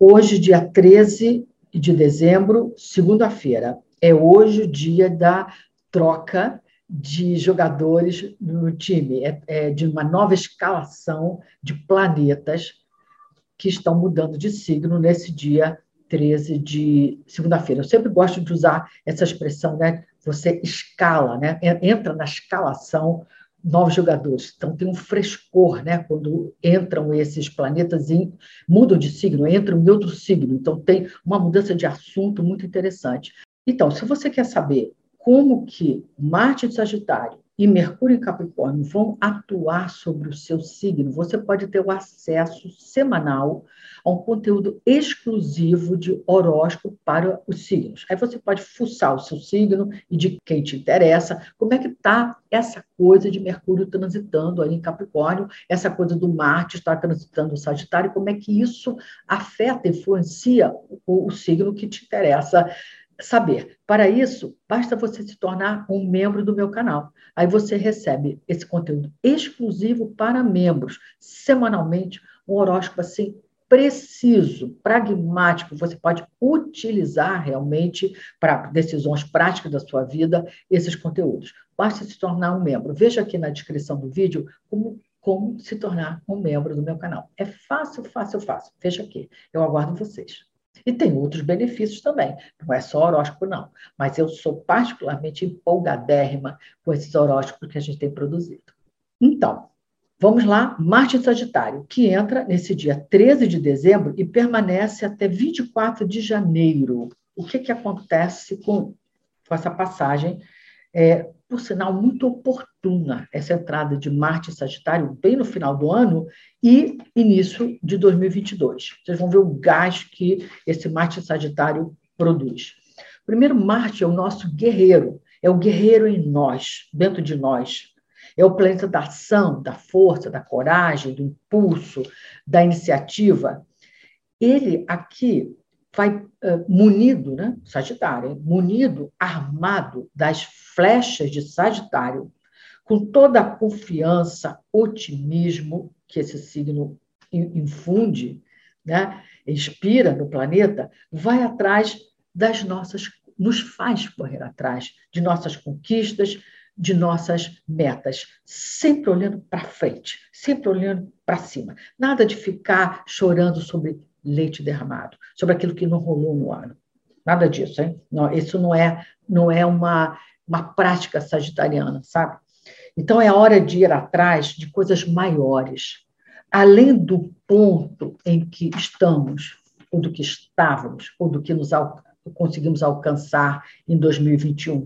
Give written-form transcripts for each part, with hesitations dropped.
Hoje, dia 13 de dezembro, segunda-feira, é hoje o dia da troca de jogadores no time, de uma nova escalação de planetas que estão mudando de signo nesse dia 13 de segunda-feira. Eu sempre gosto de usar essa expressão, né? Você escala, né? Entra na escalação novos jogadores. Então, tem um frescor, né? Quando entram esses planetas e mudam de signo, entram em outro signo. Então, tem uma mudança de assunto muito interessante. Então, se você quer saber como que Marte em Sagitário e Mercúrio em Capricórnio vão atuar sobre o seu signo, você pode ter o acesso semanal a um conteúdo exclusivo de horóscopo para os signos. Aí você pode fuçar o seu signo e de quem te interessa, como é que está essa coisa de Mercúrio transitando aí em Capricórnio, essa coisa do Marte estar transitando o Sagitário, como é que isso afeta, influencia o signo que te interessa saber. Para isso, basta você se tornar um membro do meu canal. Aí você recebe esse conteúdo exclusivo para membros, semanalmente, um horóscopo assim preciso, pragmático, você pode utilizar realmente para decisões práticas da sua vida esses conteúdos. Basta se tornar um membro. Veja aqui na descrição do vídeo como se tornar um membro do meu canal. É fácil, fácil, fácil. Veja aqui. Eu aguardo vocês. E tem outros benefícios também. Não é só horóscopo, não. Mas eu sou particularmente empolgadérrima com esses horóscopos que a gente tem produzido. Então, vamos lá. Marte em Sagitário, que entra nesse dia 13 de dezembro e permanece até 24 de janeiro. O que acontece com essa passagem? Por sinal, muito oportuna essa entrada de Marte em Sagitário, bem no final do ano e início de 2022. Vocês vão ver o gás que esse Marte em Sagitário produz. Primeiro, Marte é o nosso guerreiro, é o guerreiro em nós, dentro de nós. É o planeta da ação, da força, da coragem, do impulso, da iniciativa. Ele aqui vai munido, né? Sagitário, munido, armado das flechas de Sagitário, com toda a confiança, otimismo que esse signo infunde, né? Inspira no planeta, vai atrás das nossas, nos faz correr atrás de nossas conquistas, de nossas metas, sempre olhando para frente, sempre olhando para cima. Nada de ficar chorando sobre leite derramado, sobre aquilo que não rolou no ano. Nada disso, hein? Não, isso não é uma prática sagitariana, sabe? Então, é hora de ir atrás de coisas maiores, além do ponto em que estamos, ou do que estávamos, ou do que conseguimos alcançar em 2021.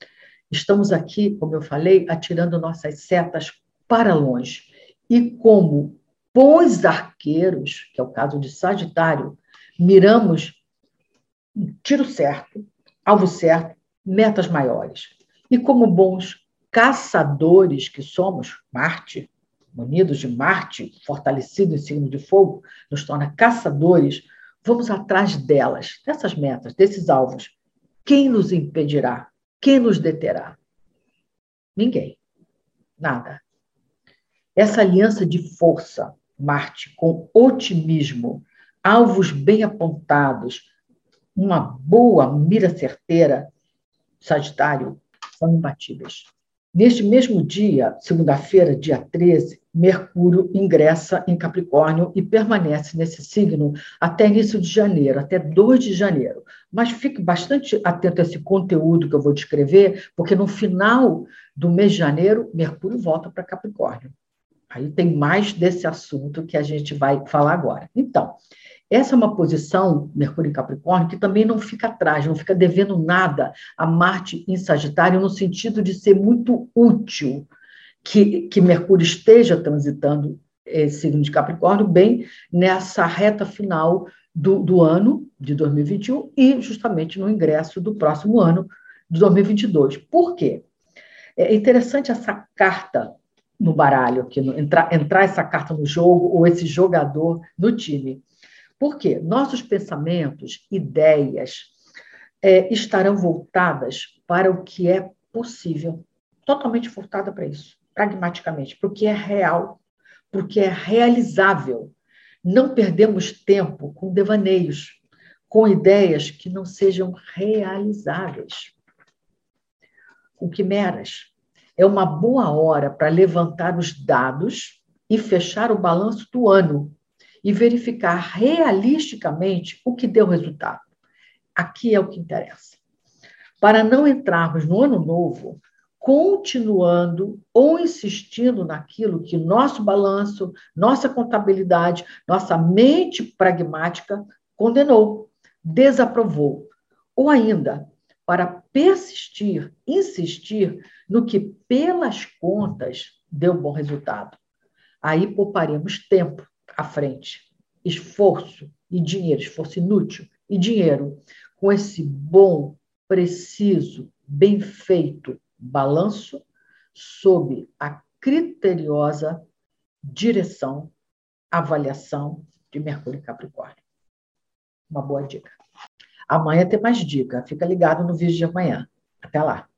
Estamos aqui, como eu falei, atirando nossas setas para longe. E como bons arqueiros, que é o caso de Sagitário, miramos tiro certo, alvo certo, metas maiores. E como bons caçadores que somos, Marte, munidos de Marte, fortalecido em signo de fogo, nos torna caçadores, vamos atrás delas, dessas metas, desses alvos. Quem nos impedirá? Quem nos deterá? Ninguém. Nada. Essa aliança de força, Marte, com otimismo, alvos bem apontados, uma boa mira certeira, Sagitário, são imbatíveis. Neste mesmo dia, segunda-feira, dia 13, Mercúrio ingressa em Capricórnio e permanece nesse signo até início de janeiro, até 2 de janeiro. Mas fique bastante atento a esse conteúdo que eu vou descrever, porque no final do mês de janeiro, Mercúrio volta para Capricórnio. Aí tem mais desse assunto que a gente vai falar agora. Então, essa é uma posição, Mercúrio em Capricórnio, que também não fica atrás, não fica devendo nada a Marte em Sagitário, no sentido de ser muito útil que Mercúrio esteja transitando esse signo de Capricórnio bem nessa reta final do ano de 2021 e justamente no ingresso do próximo ano, de 2022. Por quê? É interessante essa carta no baralho, aqui, entrar essa carta no jogo ou esse jogador no time. Por quê? Nossos pensamentos, ideias, estarão voltadas para o que é possível, totalmente voltada para isso, pragmaticamente, para o que é real, para o que é realizável. Não perdemos tempo com devaneios, com ideias que não sejam realizáveis. O quimeras é uma boa hora para levantar os dados e fechar o balanço do ano e verificar realisticamente o que deu resultado. Aqui é o que interessa. Para não entrarmos no ano novo continuando ou insistindo naquilo que nosso balanço, nossa contabilidade, nossa mente pragmática condenou, desaprovou. Ou ainda, para persistir, insistir no que pelas contas deu bom resultado. Aí pouparemos tempo à frente, esforço e dinheiro, esforço inútil e dinheiro, com esse bom, preciso, bem feito balanço sob a criteriosa direção, avaliação de Mercúrio em Capricórnio. Uma boa dica. Amanhã tem mais dica. Fica ligado no vídeo de amanhã. Até lá.